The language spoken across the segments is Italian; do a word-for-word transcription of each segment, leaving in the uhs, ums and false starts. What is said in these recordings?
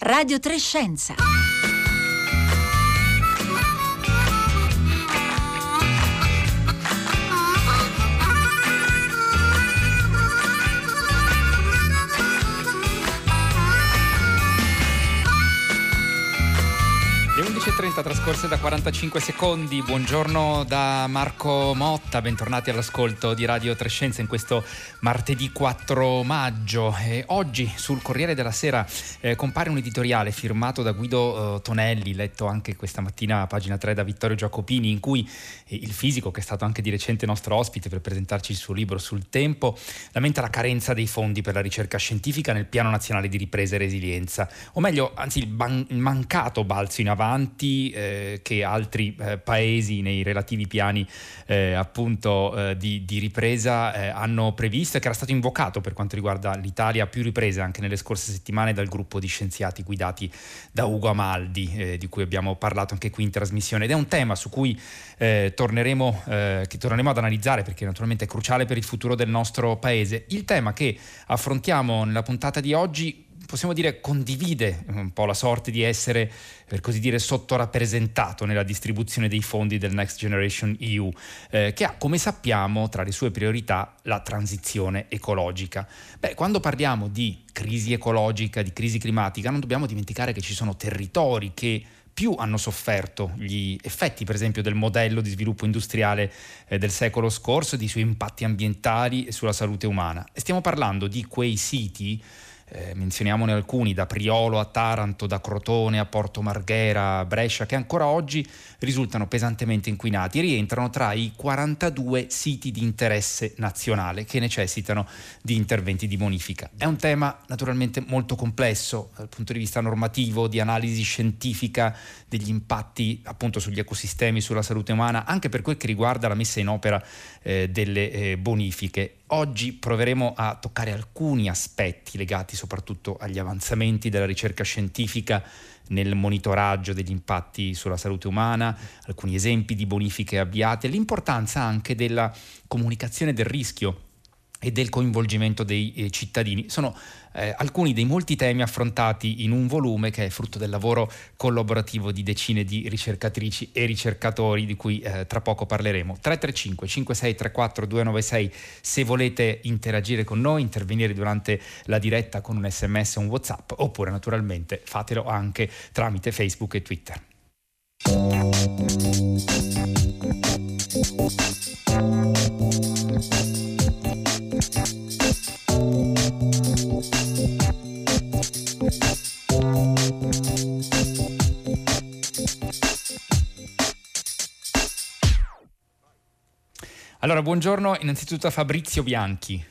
Radio tre Scienza. undici e trenta trascorse da quarantacinque secondi. Buongiorno da Marco Motta, bentornati all'ascolto di Radio tre Scienze in questo martedì quattro maggio. E oggi sul Corriere della Sera eh, compare un editoriale firmato da Guido eh, Tonelli, letto anche questa mattina a pagina tre da Vittorio Giacopini, in cui eh, il fisico, che è stato anche di recente nostro ospite per presentarci il suo libro sul tempo, lamenta la carenza dei fondi per la ricerca scientifica nel Piano Nazionale di Ripresa e Resilienza, o meglio, anzi il, ban- il mancato balzo in avanti Eh, che altri eh, paesi nei relativi piani eh, appunto eh, di, di ripresa eh, hanno previsto e che era stato invocato per quanto riguarda l'Italia a più riprese anche nelle scorse settimane dal gruppo di scienziati guidati da Ugo Amaldi, eh, di cui abbiamo parlato anche qui in trasmissione, ed è un tema su cui eh, torneremo, eh, che torneremo ad analizzare perché naturalmente è cruciale per il futuro del nostro paese. Il tema che affrontiamo nella puntata di oggi possiamo dire condivide un po' la sorte di essere, per così dire, sottorappresentato nella distribuzione dei fondi del Next Generation E U, eh, che ha, come sappiamo, tra le sue priorità la transizione ecologica. Beh, quando parliamo di crisi ecologica, di crisi climatica, non dobbiamo dimenticare che ci sono territori che più hanno sofferto gli effetti, per esempio, del modello di sviluppo industriale eh, del secolo scorso, dei suoi impatti ambientali e sulla salute umana. E stiamo parlando di quei siti, Eh, menzioniamone alcuni, da Priolo a Taranto, da Crotone a Porto Marghera a Brescia, che ancora oggi risultano pesantemente inquinati e rientrano tra i quarantadue siti di interesse nazionale che necessitano di interventi di bonifica. È un tema naturalmente molto complesso dal punto di vista normativo, di analisi scientifica degli impatti appunto sugli ecosistemi, sulla salute umana, anche per quel che riguarda la messa in opera eh, delle eh, bonifiche. Oggi proveremo a toccare alcuni aspetti legati soprattutto agli avanzamenti della ricerca scientifica nel monitoraggio degli impatti sulla salute umana, alcuni esempi di bonifiche avviate, l'importanza anche della comunicazione del rischio e del coinvolgimento dei eh, cittadini. Sono eh, alcuni dei molti temi affrontati in un volume che è frutto del lavoro collaborativo di decine di ricercatrici e ricercatori di cui eh, tra poco parleremo. tre tre cinque cinque sei tre quattro due nove sei se volete interagire con noi, intervenire durante la diretta con un sms o un WhatsApp, oppure naturalmente fatelo anche tramite Facebook e Twitter. Allora, buongiorno innanzitutto a Fabrizio Bianchi.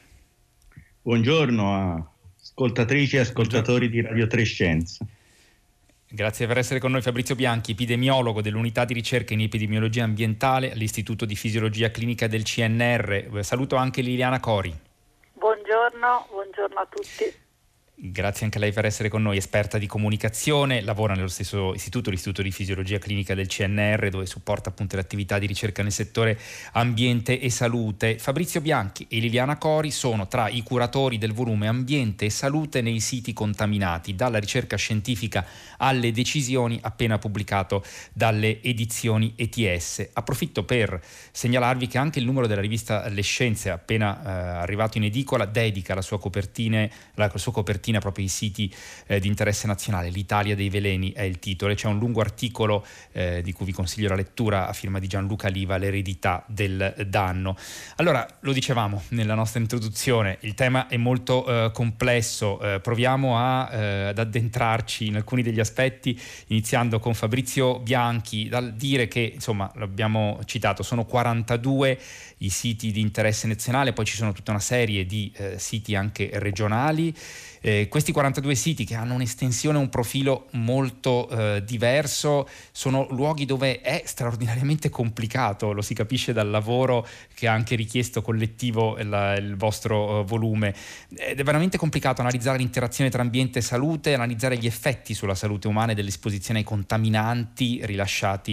Buongiorno a ascoltatrici e ascoltatori buongiorno. Di Radio tre Scienze. Grazie per essere con noi Fabrizio Bianchi, epidemiologo dell'unità di ricerca in epidemiologia ambientale all'Istituto di Fisiologia Clinica del C N R. Saluto anche Liliana Cori. Buongiorno, buongiorno a tutti. Grazie anche a lei per essere con noi, esperta di comunicazione, lavora nello stesso istituto, l'Istituto di Fisiologia Clinica del C N R, dove supporta appunto le attività di ricerca nel settore ambiente e salute. Fabrizio Bianchi e Liliana Cori sono tra i curatori del volume Ambiente e Salute nei siti contaminati, dalla ricerca scientifica alle decisioni, appena pubblicato dalle edizioni E T S. Approfitto per segnalarvi che anche il numero della rivista Le Scienze, appena eh, arrivato in edicola, dedica la sua copertina, la sua copertina proprio ai siti eh, di interesse nazionale. L'Italia dei veleni è il titolo, e c'è un lungo articolo eh, di cui vi consiglio la lettura a firma di Gianluca Liva, L'eredità del danno. Allora, lo dicevamo nella nostra introduzione, il tema è molto eh, complesso, eh, proviamo a, eh, ad addentrarci in alcuni degli aspetti, iniziando con Fabrizio Bianchi, dal dire che, insomma, l'abbiamo citato, sono quarantadue i siti di interesse nazionale, poi ci sono tutta una serie di eh, siti anche regionali. Eh, questi quarantadue siti, che hanno un'estensione, un profilo molto eh, diverso, sono luoghi dove è straordinariamente complicato, lo si capisce dal lavoro che ha anche richiesto collettivo la, il vostro uh, volume. Ed è veramente complicato analizzare l'interazione tra ambiente e salute, analizzare gli effetti sulla salute umana e dell'esposizione ai contaminanti rilasciati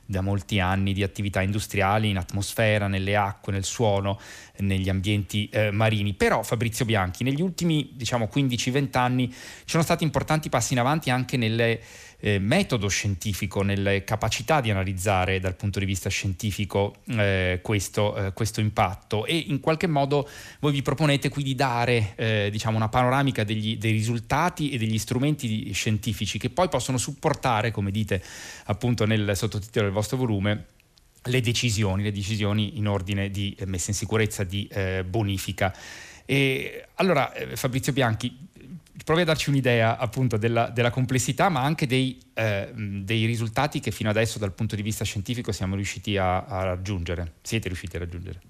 da molti anni di attività industriali in atmosfera, nelle acque, nel suolo, negli ambienti eh, marini. Però Fabrizio Bianchi, negli ultimi diciamo quindici venti anni ci sono stati importanti passi in avanti anche nel eh, metodo scientifico, nelle capacità di analizzare dal punto di vista scientifico eh, questo, eh, questo impatto, e in qualche modo voi vi proponete qui di dare eh, diciamo una panoramica degli, dei risultati e degli strumenti di, scientifici che poi possono supportare, come dite appunto nel sottotitolo del vostro volume, le decisioni, le decisioni in ordine di messa in sicurezza, di eh, bonifica. E allora eh, Fabrizio Bianchi, provi a darci un'idea appunto della, della complessità, ma anche dei, eh, dei risultati che fino adesso dal punto di vista scientifico siamo riusciti a, a raggiungere, siete riusciti a raggiungere.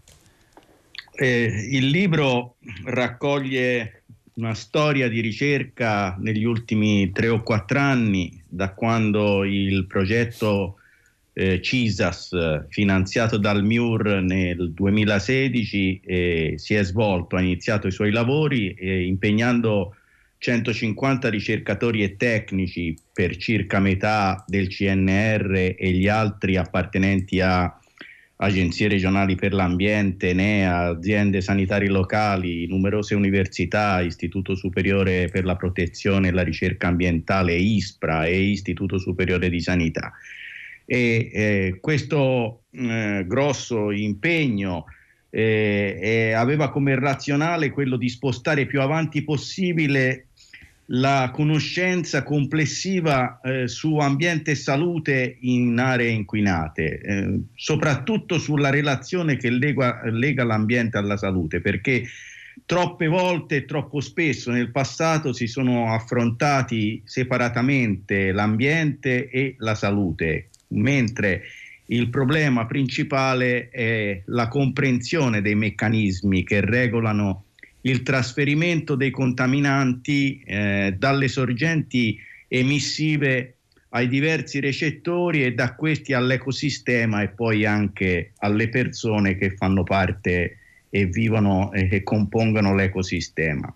Eh, il libro raccoglie una storia di ricerca negli ultimi tre o quattro anni, da quando il progetto eh, CISAS, finanziato dal M I U R nel duemilasedici, eh, si è svolto, ha iniziato i suoi lavori eh, impegnando centocinquanta ricercatori e tecnici per circa metà del C N R e gli altri appartenenti a agenzie regionali per l'ambiente, N E A, aziende sanitarie locali, numerose università, Istituto Superiore per la Protezione e la Ricerca Ambientale, ISPRA, e Istituto Superiore di Sanità. E eh, questo eh, grosso impegno eh, eh, aveva come razionale quello di spostare più avanti possibile la conoscenza complessiva eh, su ambiente e salute in aree inquinate, eh, soprattutto sulla relazione che lega, lega l'ambiente alla salute, perché troppe volte e troppo spesso nel passato si sono affrontati separatamente l'ambiente e la salute, mentre il problema principale è la comprensione dei meccanismi che regolano il trasferimento dei contaminanti eh, dalle sorgenti emissive ai diversi recettori e da questi all'ecosistema e poi anche alle persone che fanno parte e vivono e che compongono l'ecosistema.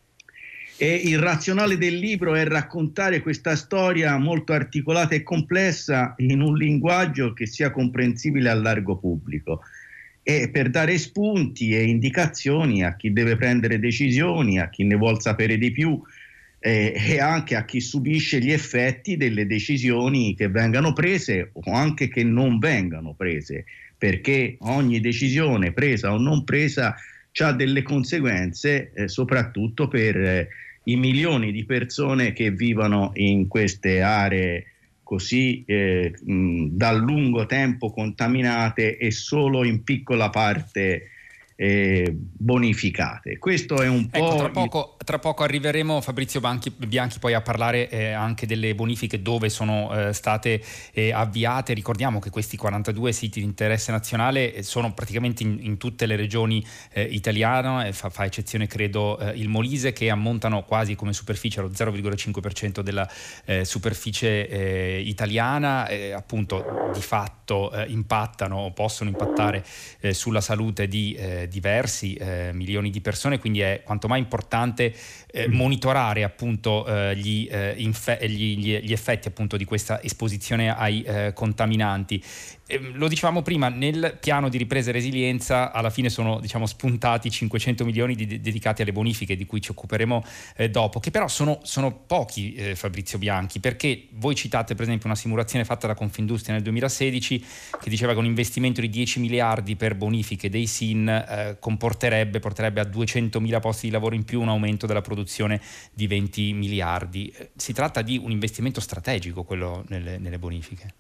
E il razionale del libro è raccontare questa storia molto articolata e complessa in un linguaggio che sia comprensibile al largo pubblico, e per dare spunti e indicazioni a chi deve prendere decisioni, a chi ne vuol sapere di più eh, e anche a chi subisce gli effetti delle decisioni che vengano prese o anche che non vengano prese, perché ogni decisione presa o non presa ha delle conseguenze eh, soprattutto per eh, i milioni di persone che vivono in queste aree così eh, mh, da lungo tempo contaminate e solo in piccola parte eh, bonificate. Questo è un po'... Ecco, tra poco, tra poco arriveremo, Fabrizio Bianchi, Bianchi poi a parlare eh, anche delle bonifiche dove sono eh, state eh, avviate. Ricordiamo che questi quarantadue siti di interesse nazionale sono praticamente in, in tutte le regioni eh, italiane, fa, fa eccezione credo eh, il Molise, che ammontano quasi come superficie allo zero virgola cinque per cento della eh, superficie eh, italiana, eh, appunto di fatto eh, impattano o possono impattare eh, sulla salute di eh, diversi eh, milioni di persone, quindi è quanto mai importante eh, monitorare appunto eh, gli, eh, infe- gli, gli, gli effetti appunto di questa esposizione ai eh, contaminanti. Eh, lo dicevamo prima, nel piano di ripresa e resilienza alla fine sono diciamo spuntati cinquecento milioni di, de- dedicati alle bonifiche, di cui ci occuperemo eh, dopo, che però sono, sono pochi eh, Fabrizio Bianchi, perché voi citate per esempio una simulazione fatta da Confindustria nel duemilasedici che diceva che un investimento di dieci miliardi per bonifiche dei S I N eh, comporterebbe, porterebbe a duecentomila posti di lavoro in più, un aumento della produzione di venti miliardi. Eh, si tratta di un investimento strategico quello nelle, nelle bonifiche.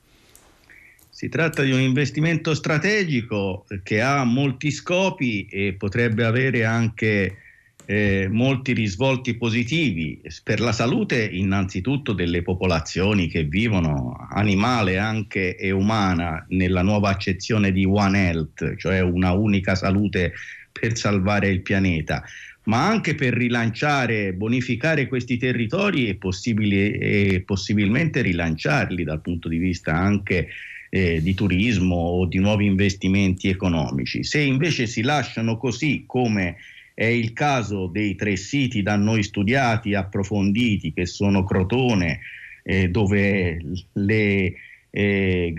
Si tratta di un investimento strategico che ha molti scopi e potrebbe avere anche eh, molti risvolti positivi per la salute, innanzitutto delle popolazioni che vivono, animale anche e umana, nella nuova accezione di One Health, cioè una unica salute per salvare il pianeta, ma anche per rilanciare, bonificare questi territori e, possibili, e possibilmente rilanciarli dal punto di vista anche Eh, di turismo o di nuovi investimenti economici. Se invece si lasciano così, come è il caso dei tre siti da noi studiati, approfonditi, che sono Crotone, eh, dove le eh,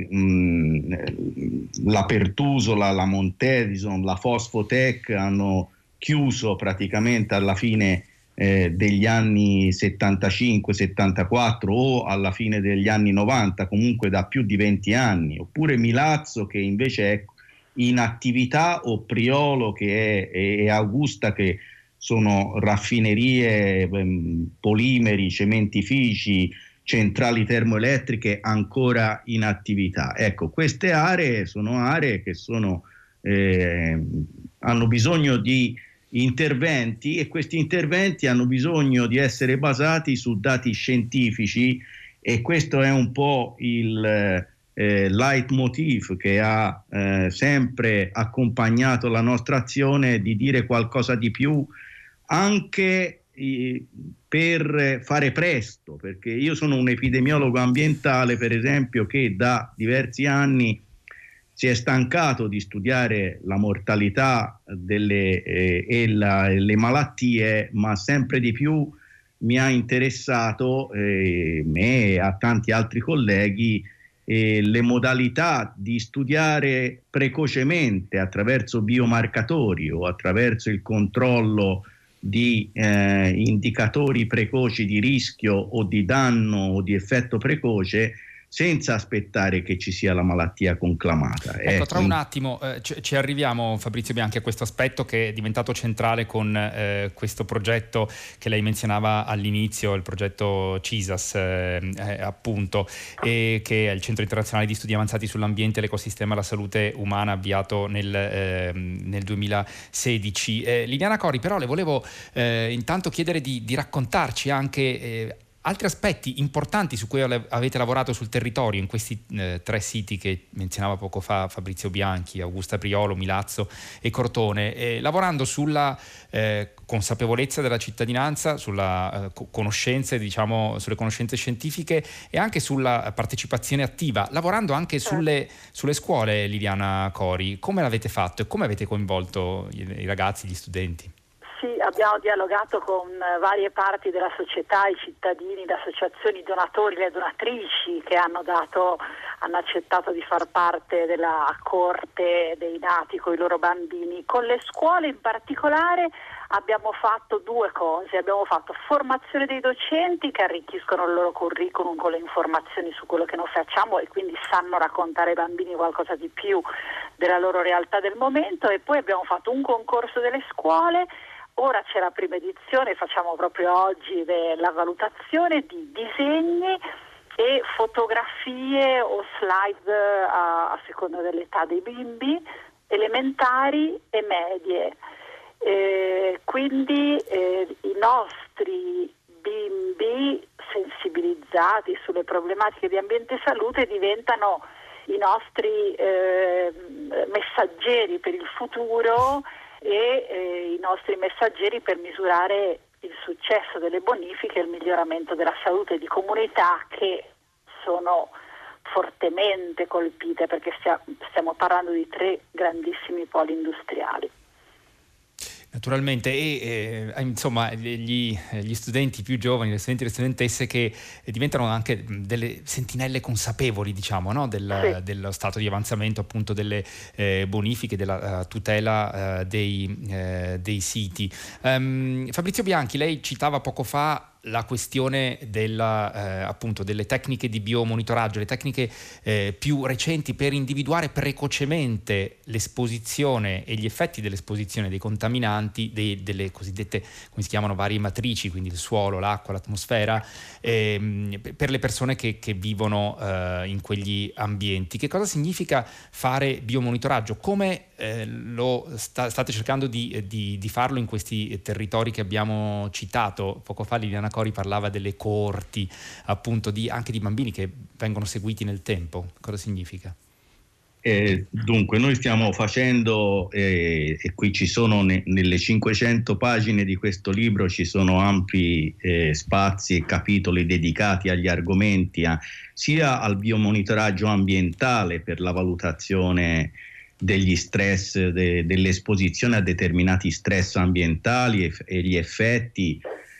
mh, la Pertusola, la Montedison, la Fosfotec hanno chiuso praticamente alla fine eh, degli anni settantacinque settantaquattro o alla fine degli anni novanta, comunque da più di venti anni, oppure Milazzo che invece è in attività, o Priolo che è, e Augusta che sono raffinerie, ehm, polimeri, cementifici, centrali termoelettriche ancora in attività. Ecco, queste aree sono aree che sono, eh, hanno bisogno di interventi, e questi interventi hanno bisogno di essere basati su dati scientifici, e questo è un po' il eh, leitmotiv che ha eh, sempre accompagnato la nostra azione, di dire qualcosa di più anche eh, per fare presto, perché io sono un epidemiologo ambientale, per esempio, che da diversi anni si è stancato di studiare la mortalità delle, eh, e la, le malattie, ma sempre di più mi ha interessato, eh, me e a tanti altri colleghi, eh, le modalità di studiare precocemente attraverso biomarcatori o attraverso il controllo di eh, indicatori precoci di rischio o di danno o di effetto precoce, senza aspettare che ci sia la malattia conclamata. Ecco, tra un attimo eh, ci, ci arriviamo, Fabrizio Bianchi, a questo aspetto che è diventato centrale con eh, questo progetto che lei menzionava all'inizio, il progetto CISAS, eh, eh, appunto, e che è il Centro Internazionale di Studi Avanzati sull'Ambiente, l'Ecosistema e la Salute Umana, avviato nel, eh, nel duemilasedici. Eh, Liliana Cori, però le volevo eh, intanto chiedere di, di raccontarci anche eh, altri aspetti importanti su cui avete lavorato sul territorio in questi eh, tre siti che menzionava poco fa Fabrizio Bianchi, Augusta Priolo, Milazzo e Crotone, eh, lavorando sulla eh, consapevolezza della cittadinanza, sulla eh, conoscenze, diciamo, sulle conoscenze scientifiche e anche sulla partecipazione attiva, lavorando anche sulle, sulle scuole. Liliana Cori, come l'avete fatto e come avete coinvolto i, i ragazzi, gli studenti? Sì, abbiamo dialogato con varie parti della società, i cittadini, le associazioni, i donatori, le donatrici che hanno dato, hanno accettato di far parte della corte dei nati con i loro bambini. Con le scuole in particolare abbiamo fatto due cose: abbiamo fatto formazione dei docenti che arricchiscono il loro curriculum con le informazioni su quello che noi facciamo e quindi sanno raccontare ai bambini qualcosa di più della loro realtà del momento, e poi abbiamo fatto un concorso delle scuole. Ora c'è la prima edizione, facciamo proprio oggi la valutazione di disegni e fotografie o slide a, a seconda dell'età dei bimbi, elementari e medie. Eh, quindi eh, i nostri bimbi sensibilizzati sulle problematiche di ambiente e salute diventano i nostri eh, messaggeri per il futuro e eh, i nostri messaggeri per misurare il successo delle bonifiche e il miglioramento della salute di comunità che sono fortemente colpite, perché stia, stiamo parlando di tre grandissimi poli industriali. Naturalmente, e eh, insomma gli, gli studenti più giovani, le studenti e le studentesse che diventano anche delle sentinelle consapevoli, diciamo, no? Del, sì. dello stato di avanzamento appunto delle eh, bonifiche, della uh, tutela uh, dei, uh, dei siti. Um, Fabrizio Bianchi, lei citava poco fa la questione della, eh, appunto delle tecniche di biomonitoraggio, le tecniche eh, più recenti per individuare precocemente l'esposizione e gli effetti dell'esposizione dei contaminanti, dei, delle cosiddette, come si chiamano, varie matrici, quindi il suolo, l'acqua, l'atmosfera, ehm, per le persone che, che vivono eh, in quegli ambienti. Che cosa significa fare biomonitoraggio? Come eh, lo sta, state cercando di, di, di farlo in questi territori che abbiamo citato? Poco fa Liliana Cori parlava delle coorti, appunto, di, anche di bambini che vengono seguiti nel tempo. Cosa significa? Eh, dunque, noi stiamo facendo, eh, e qui ci sono ne, nelle cinquecento pagine di questo libro ci sono ampi eh, spazi e capitoli dedicati agli argomenti, a, sia al biomonitoraggio ambientale per la valutazione degli stress, de, dell'esposizione a determinati stress ambientali e, e gli effetti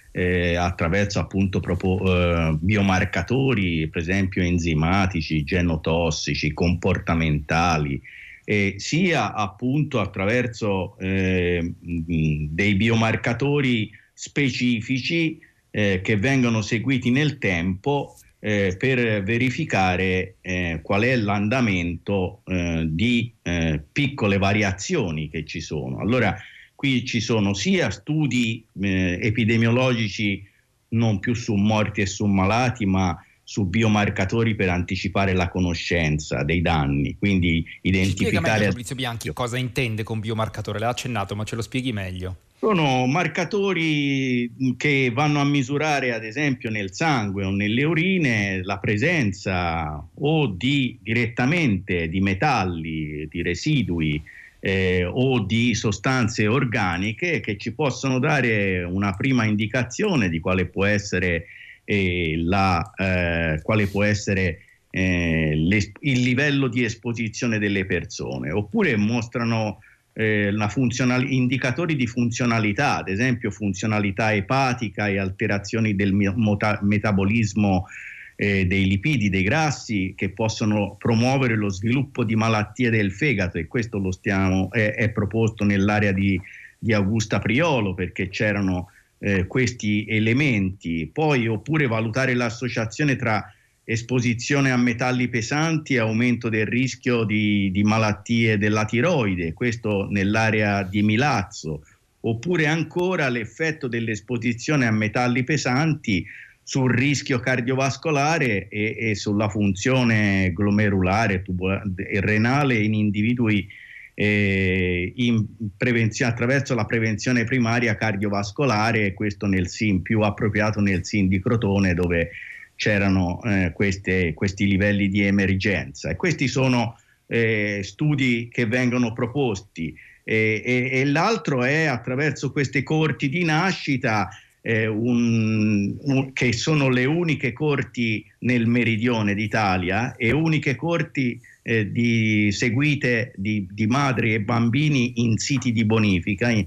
eh, attraverso appunto proprio eh, biomarcatori, per esempio enzimatici, genotossici, comportamentali, eh, sia appunto attraverso eh, dei biomarcatori specifici eh, che vengono seguiti nel tempo eh, per verificare eh, qual è l'andamento eh, di eh, piccole variazioni che ci sono. Allora, qui ci sono sia studi eh, epidemiologici non più su morti e su malati, ma su biomarcatori per anticipare la conoscenza dei danni, quindi identificare... Spiega meglio, Fabrizio Bianchi, cosa intende con biomarcatore? L'ha accennato, ma ce lo spieghi meglio. Sono marcatori che vanno a misurare, ad esempio, nel sangue o nelle urine la presenza o di direttamente di metalli, di residui eh, o di sostanze organiche che ci possono dare una prima indicazione di quale può essere eh, la eh, quale può essere eh, il livello di esposizione delle persone, oppure mostrano Eh, la funzional- indicatori di funzionalità, ad esempio funzionalità epatica e alterazioni del mota- metabolismo eh, dei lipidi, dei grassi, che possono promuovere lo sviluppo di malattie del fegato, e questo lo stiamo, è, è proposto nell'area di, di Augusta Priolo, perché c'erano eh, questi elementi. Poi, oppure valutare l'associazione tra esposizione a metalli pesanti e aumento del rischio di, di malattie della tiroide, questo nell'area di Milazzo, oppure ancora l'effetto dell'esposizione a metalli pesanti sul rischio cardiovascolare e, e sulla funzione glomerulare e renale in individui eh, in prevenzione, attraverso la prevenzione primaria cardiovascolare, e questo nel S I N più appropriato nel S I N di Crotone, dove c'erano eh, queste, questi livelli di emergenza. E questi sono eh, studi che vengono proposti e, e, e l'altro è attraverso queste corti di nascita eh, un, un, che sono le uniche corti nel meridione d'Italia e uniche corti eh, di, seguite di, di madri e bambini in siti di bonifica. In,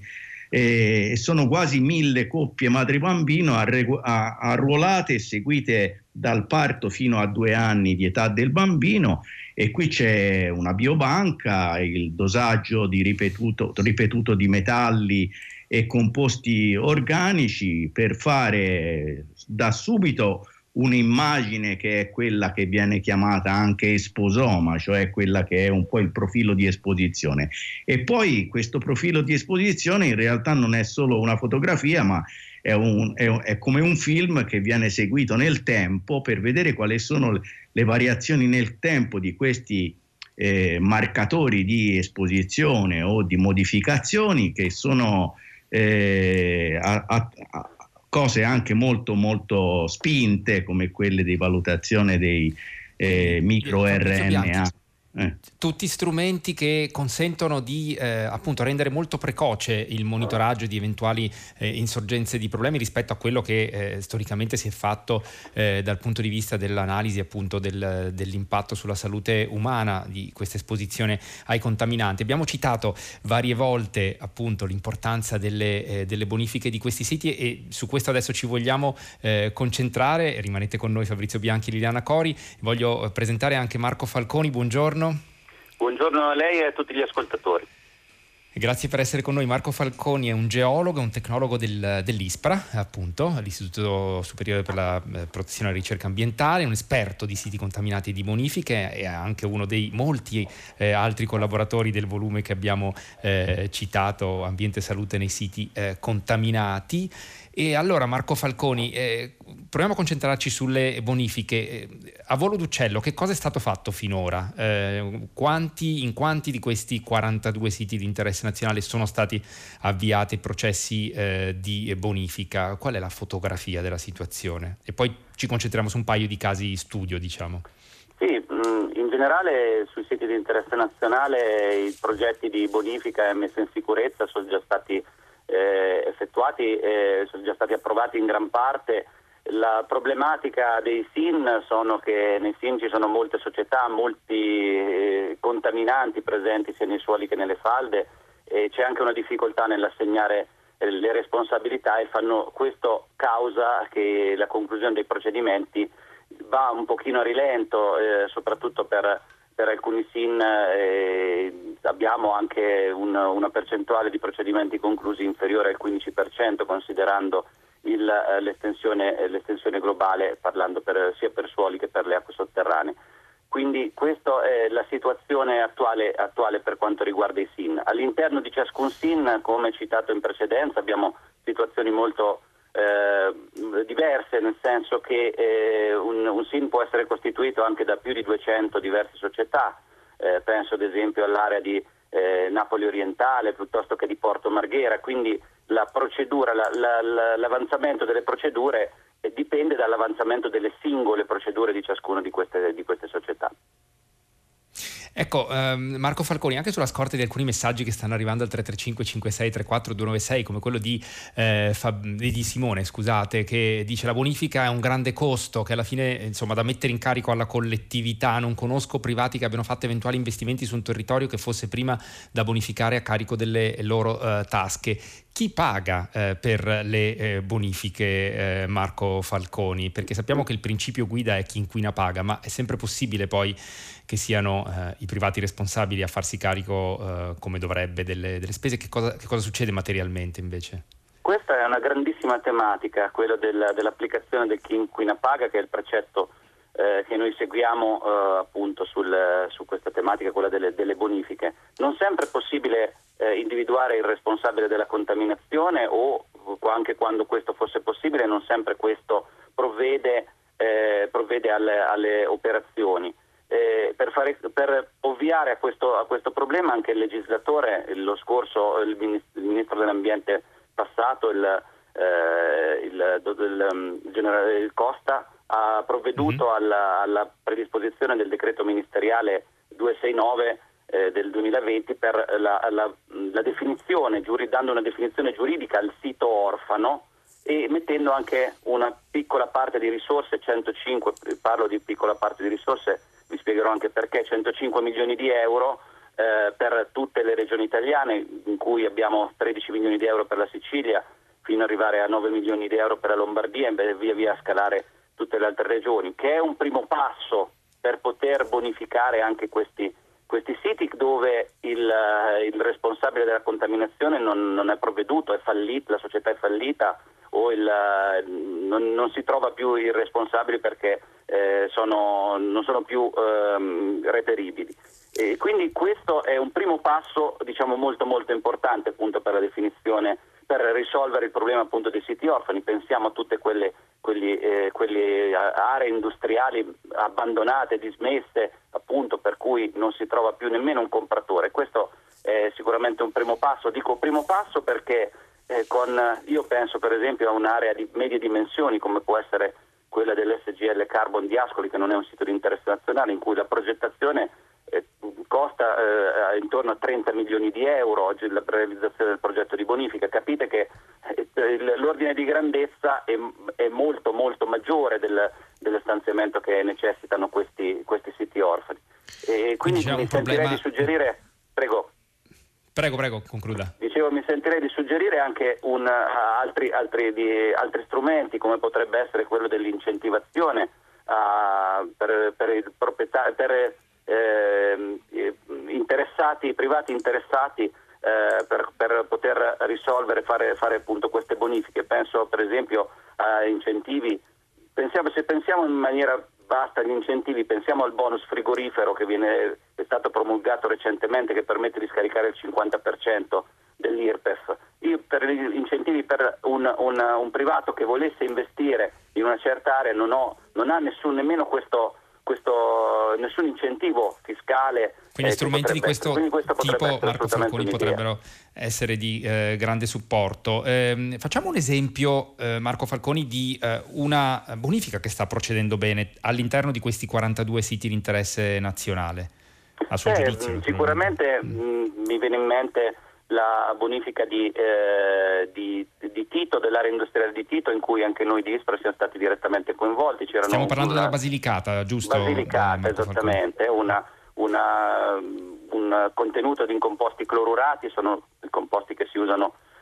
E sono quasi mille coppie madre-bambino arruolate e seguite dal parto fino a due anni di età del bambino, e qui c'è una biobanca, il dosaggio di ripetuto, ripetuto di metalli e composti organici per fare da subito un'immagine che è quella che viene chiamata anche esposoma, cioè quella che è un po' il profilo di esposizione. E poi questo profilo di esposizione in realtà non è solo una fotografia, ma è, un, è, è come un film che viene seguito nel tempo per vedere quali sono le, le variazioni nel tempo di questi eh, marcatori di esposizione o di modificazioni, che sono eh, a, a, a cose anche molto molto spinte, come quelle di valutazione dei eh, micro R N A. Eh. Tutti strumenti che consentono di eh, appunto rendere molto precoce il monitoraggio di eventuali eh, insorgenze di problemi rispetto a quello che eh, storicamente si è fatto eh, dal punto di vista dell'analisi appunto del, dell'impatto sulla salute umana di questa esposizione ai contaminanti. Abbiamo citato varie volte appunto l'importanza delle, eh, delle bonifiche di questi siti, e su questo adesso ci vogliamo eh, concentrare. Rimanete con noi, Fabrizio Bianchi e Liliana Cori. Voglio presentare anche Marco Falconi. Buongiorno. Buongiorno a lei e a tutti gli ascoltatori. Grazie per essere con noi. Marco Falconi è un geologo, un tecnologo del, dell'ISPRA, appunto, l'Istituto Superiore per la Protezione e la Ricerca Ambientale, un esperto di siti contaminati e di bonifiche, e anche uno dei molti eh, altri collaboratori del volume che abbiamo eh, citato, Ambiente e Salute nei siti eh, contaminati. E allora, Marco Falconi, eh, proviamo a concentrarci sulle bonifiche. Eh, a volo d'uccello, che cosa è stato fatto finora? Eh, quanti, in quanti di questi quarantadue siti di interesse nazionale sono stati avviati processi eh, di bonifica? Qual è la fotografia della situazione? E poi ci concentriamo su un paio di casi studio, diciamo. Sì, in generale sui siti di interesse nazionale i progetti di bonifica e messa in sicurezza sono già stati Eh, effettuati, eh, sono già stati approvati in gran parte. La problematica dei S I N sono che nei S I N ci sono molte società, molti eh, contaminanti presenti sia nei suoli che nelle falde, e c'è anche una difficoltà nell'assegnare eh, le responsabilità e fanno, questo causa che la conclusione dei procedimenti va un pochino a rilento, eh, soprattutto per, per alcuni S I N. Eh, abbiamo anche un, una percentuale di procedimenti conclusi inferiore al quindici per cento, considerando il, eh, l'estensione, eh, l'estensione globale, parlando per, sia per suoli che per le acque sotterranee. Quindi questa è la situazione attuale, attuale per quanto riguarda i S I N. All'interno di ciascun S I N, come citato in precedenza, abbiamo situazioni molto eh, diverse, nel senso che eh, un, un S I N può essere costituito anche da più di duecento diverse società. Eh, penso ad esempio all'area di eh, Napoli Orientale piuttosto che di Porto Marghera, quindi la procedura, la, la, la, l'avanzamento delle procedure dipende dall'avanzamento delle singole procedure di ciascuna di queste, di queste società. Ecco, ehm, Marco Falconi, anche sulla scorta di alcuni messaggi che stanno arrivando al tre tre cinque cinque sei tre quattro due nove sei, come quello di, eh, Fab- di Simone, scusate, che dice: la bonifica è un grande costo che alla fine, insomma, da mettere in carico alla collettività. Non conosco privati che abbiano fatto eventuali investimenti su un territorio che fosse prima da bonificare a carico delle loro eh, tasche. Chi paga eh, per le eh, bonifiche, eh, Marco Falconi? Perché sappiamo che il principio guida è chi inquina paga, ma è sempre possibile poi che siano eh, i privati responsabili a farsi carico eh, come dovrebbe delle, delle spese? Che cosa, che cosa succede materialmente invece? Questa è una grandissima tematica, quella del, dell'applicazione del chi inquina paga, che è il precetto eh, che noi seguiamo eh, appunto sul, su questa tematica, quella delle, delle bonifiche. Non sempre è possibile eh, individuare il responsabile della contaminazione, o anche quando questo fosse possibile non sempre questo provvede, eh, provvede alle, alle operazioni. Eh, per, fare, per ovviare a questo, a questo problema anche il legislatore, lo scorso il ministro, il ministro dell'ambiente passato, il, eh, il, il, il generale il Costa, ha provveduto mm-hmm. alla, alla predisposizione del decreto ministeriale duecentosessantanove eh, del duemilaventi per la, la, la definizione, giuri, dando una definizione giuridica al sito orfano e mettendo anche una piccola parte di risorse, centocinque, parlo di piccola parte di risorse, vi spiegherò anche perché, centocinque milioni di euro eh, per tutte le regioni italiane, in cui abbiamo tredici milioni di euro per la Sicilia, fino ad arrivare a nove milioni di euro per la Lombardia e via via a scalare tutte le altre regioni, che è un primo passo per poter bonificare anche questi, questi siti dove il, il responsabile della contaminazione non, non è provveduto, è fallito, la società è fallita, o il, non, non si trova più i responsabili perché eh, sono, non sono più ehm, reperibili. E quindi questo è un primo passo, diciamo, molto molto importante appunto per la definizione, per risolvere il problema appunto dei siti orfani. Pensiamo a tutte quelle, quelli, eh, quelle aree industriali abbandonate, dismesse, appunto, per cui non si trova più nemmeno un compratore. Questo è sicuramente un primo passo. Dico primo passo perché Eh, con, io penso per esempio a un'area di medie dimensioni come può essere quella dell'S G L Carbon di Ascoli, che non è un sito di interesse nazionale, in cui la progettazione eh, costa eh, intorno a trenta milioni di euro oggi la realizzazione del progetto di bonifica. Capite che eh, l'ordine di grandezza è, è molto molto maggiore del, dello stanziamento che necessitano questi, questi siti orfani. E quindi, quindi mi sentirei problema... di suggerire, prego. Prego, prego, concluda. Dicevo, mi sentirei di suggerire anche un, uh, altri, altri, di, altri strumenti, come potrebbe essere quello dell'incentivazione uh, per, per il proprietario, per eh, interessati, privati interessati eh, per, per poter risolvere, fare, fare appunto queste bonifiche. Penso per esempio a incentivi. Pensiamo, se pensiamo in maniera vasta agli incentivi, pensiamo al bonus frigorifero che viene, è stato promulgato recentemente, che permette di scaricare il cinquanta per cento dell'I R P E F. Io per gli incentivi per un, un, un privato che volesse investire in una certa area non, ho, non ha nessun, nemmeno questo, questo nessun incentivo fiscale. Quindi eh, strumenti di questo, questo tipo, Marco Falconi, potrebbero essere di eh, grande supporto. Eh, facciamo un esempio, eh, Marco Falconi, di eh, una bonifica che sta procedendo bene all'interno di questi quarantadue siti di interesse nazionale, a suo eh, giudizio. Sicuramente mm. mh, mi viene in mente la bonifica di, eh, di, di Tito, dell'area industriale di Tito, in cui anche noi di ISPRA siamo stati direttamente coinvolti. C'erano Stiamo parlando una, della Basilicata, giusto? Basilicata, eh, esattamente, una, una, un contenuto di composti clorurati, sono i composti che si usano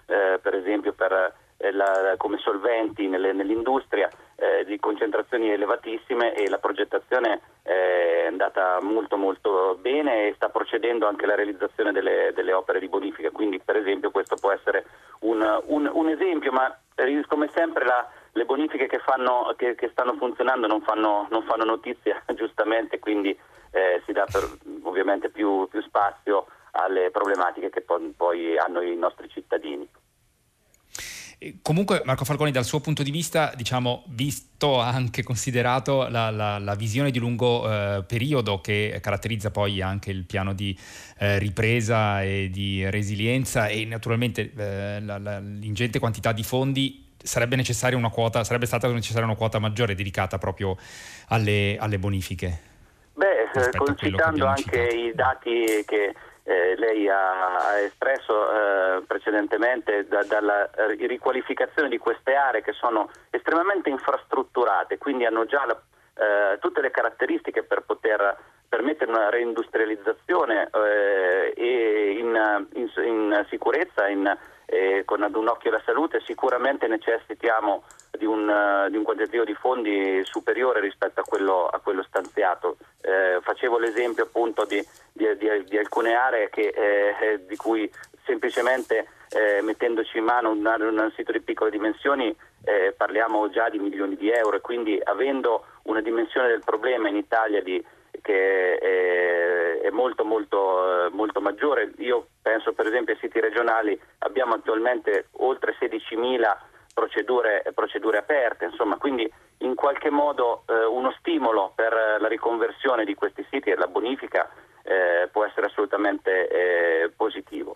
eh, per esempio per La, come solventi nelle, nell'industria eh, di concentrazioni elevatissime, e la progettazione è andata molto molto bene e sta procedendo anche la realizzazione delle, delle opere di bonifica. Quindi per esempio questo può essere un, un, un esempio, ma come sempre la, le bonifiche che, fanno, che, che stanno funzionando non fanno, non fanno notizia giustamente, quindi eh, si dà per, ovviamente più, più spazio alle problematiche che poi, poi hanno i nostri cittadini. Comunque Marco Falconi, dal suo punto di vista, diciamo, visto anche considerato la, la, la visione di lungo eh, periodo che caratterizza poi anche il piano di eh, ripresa e di resilienza, e naturalmente eh, la, la, l'ingente quantità di fondi, sarebbe necessaria una quota, sarebbe stata necessaria una quota maggiore dedicata proprio alle, alle bonifiche. Beh, citando anche citato. I dati che Eh, lei ha, ha espresso eh, precedentemente da, dalla riqualificazione di queste aree che sono estremamente infrastrutturate, quindi hanno già la, eh, tutte le caratteristiche per poter permettere una reindustrializzazione eh, e in, in, in sicurezza, in, eh, con ad un occhio alla salute. Sicuramente necessitiamo di un, uh, di un quantitativo di fondi superiore rispetto a quello, a quello stanziato. Eh, facevo l'esempio appunto di, di, di, di alcune aree che, eh, di cui semplicemente eh, mettendoci in mano un, un sito di piccole dimensioni eh, parliamo già di milioni di euro, e quindi avendo una dimensione del problema in Italia di, che è, è molto molto molto maggiore. Io penso per esempio ai siti regionali, abbiamo attualmente oltre sedicimila procedure, procedure aperte, insomma, quindi in qualche modo eh, uno stimolo per la riconversione di questi siti e la bonifica eh, può essere assolutamente eh, positivo.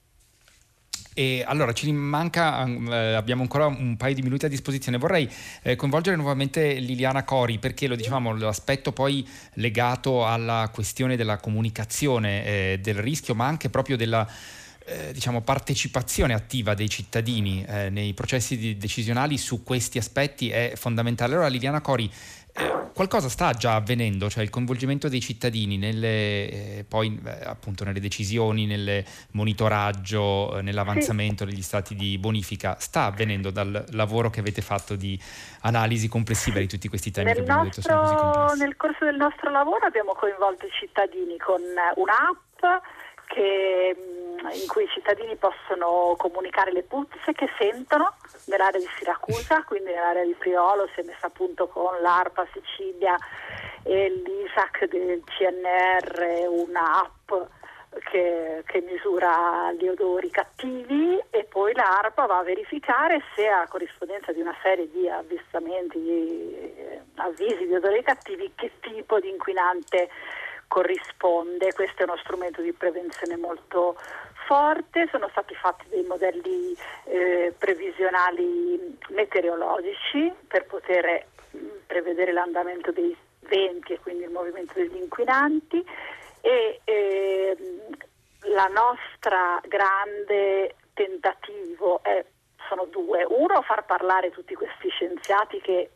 E allora ci manca, eh, abbiamo ancora un paio di minuti a disposizione. Vorrei eh, coinvolgere nuovamente Liliana Cori, perché lo dicevamo, l'aspetto poi legato alla questione della comunicazione eh, del rischio, ma anche proprio della Eh, diciamo partecipazione attiva dei cittadini eh, nei processi di decisionali su questi aspetti è fondamentale. Allora Liliana Cori, eh, qualcosa sta già avvenendo, cioè il coinvolgimento dei cittadini nelle eh, poi eh, appunto nelle decisioni, nel monitoraggio, eh, nell'avanzamento sì. degli stati di bonifica, sta avvenendo dal lavoro che avete fatto di analisi complessiva di tutti questi temi nel che abbiamo nostro, detto sono così complessi? Nel corso del nostro lavoro abbiamo coinvolto i cittadini con un'app che, in cui i cittadini possono comunicare le puzze che sentono nell'area di Siracusa, quindi nell'area di Priolo. Si è messa a punto con l'ARPA Sicilia e l'I S A C del C N R un'app che, che misura gli odori cattivi, e poi l'ARPA va a verificare se, a corrispondenza di una serie di avvistamenti, di avvisi di odori cattivi, che tipo di inquinante corrisponde. Questo è uno strumento di prevenzione molto forte. Sono stati fatti dei modelli eh, previsionali meteorologici per poter mh, prevedere l'andamento dei venti e quindi il movimento degli inquinanti, e eh, la nostra grande tentativo è, sono due: uno, far parlare tutti questi scienziati che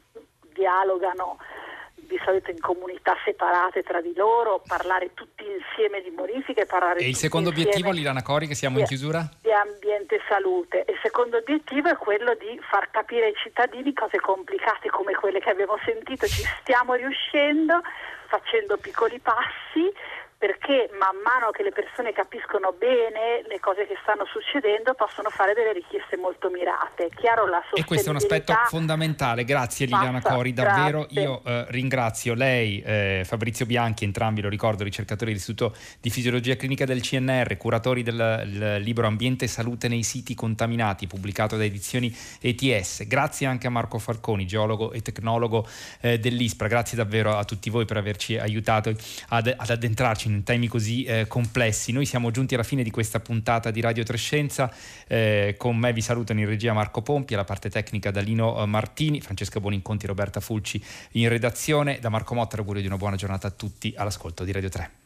dialogano di solito in comunità separate tra di loro, parlare tutti insieme di bonifiche, parlare e il secondo obiettivo, Liliana Cori, che siamo di, in chiusura? Di ambiente e salute. Il secondo obiettivo è quello di far capire ai cittadini cose complicate come quelle che abbiamo sentito. Ci stiamo riuscendo facendo piccoli passi, perché man mano che le persone capiscono bene le cose che stanno succedendo possono fare delle richieste molto mirate. Chiaro, la sostenibilità. E questo è un aspetto fondamentale. Grazie Liliana Basta, Cori, davvero. grazie. Io eh, ringrazio lei, eh, Fabrizio Bianchi, entrambi, lo ricordo, ricercatori dell'Istituto di Fisiologia Clinica del C N R, curatori del libro Ambiente e Salute nei siti contaminati, pubblicato da Edizioni E T S. Grazie anche a Marco Falconi, geologo e tecnologo eh, dell'ISPRA. Grazie davvero a tutti voi per averci aiutato ad, ad addentrarci in temi così eh, complessi. Noi siamo giunti alla fine di questa puntata di Radio Trescenza. Eh, con me vi salutano in regia Marco Pompi, alla parte tecnica Dalino Martini, Francesca Buoninconti, Roberta Fulci in redazione. Da Marco Motta l'augurio di una buona giornata a tutti all'ascolto di Radio tre.